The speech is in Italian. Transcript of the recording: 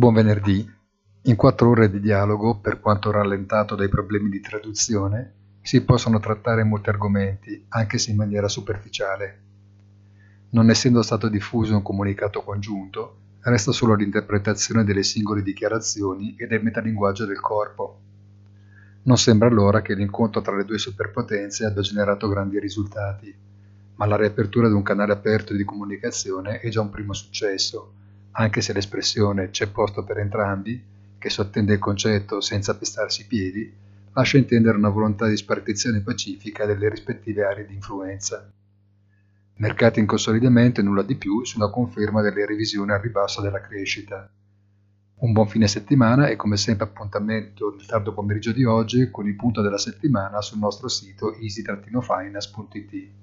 Buon venerdì. In 4 ore di dialogo, per quanto rallentato dai problemi di traduzione, si possono trattare molti argomenti, anche se in maniera superficiale. Non essendo stato diffuso un comunicato congiunto, resta solo l'interpretazione delle singole dichiarazioni e del metalinguaggio del corpo. Non sembra allora che l'incontro tra le due superpotenze abbia generato grandi risultati, ma la riapertura di un canale aperto di comunicazione è già un primo successo, anche se l'espressione "c'è posto per entrambi", che sottende il concetto senza pestarsi i piedi, lascia intendere una volontà di spartizione pacifica delle rispettive aree di influenza. Mercati in consolidamento e nulla di più sulla conferma delle revisioni al ribasso della crescita. Un buon fine settimana e come sempre appuntamento nel tardo pomeriggio di oggi con il punto della settimana sul nostro sito easy-finance.it.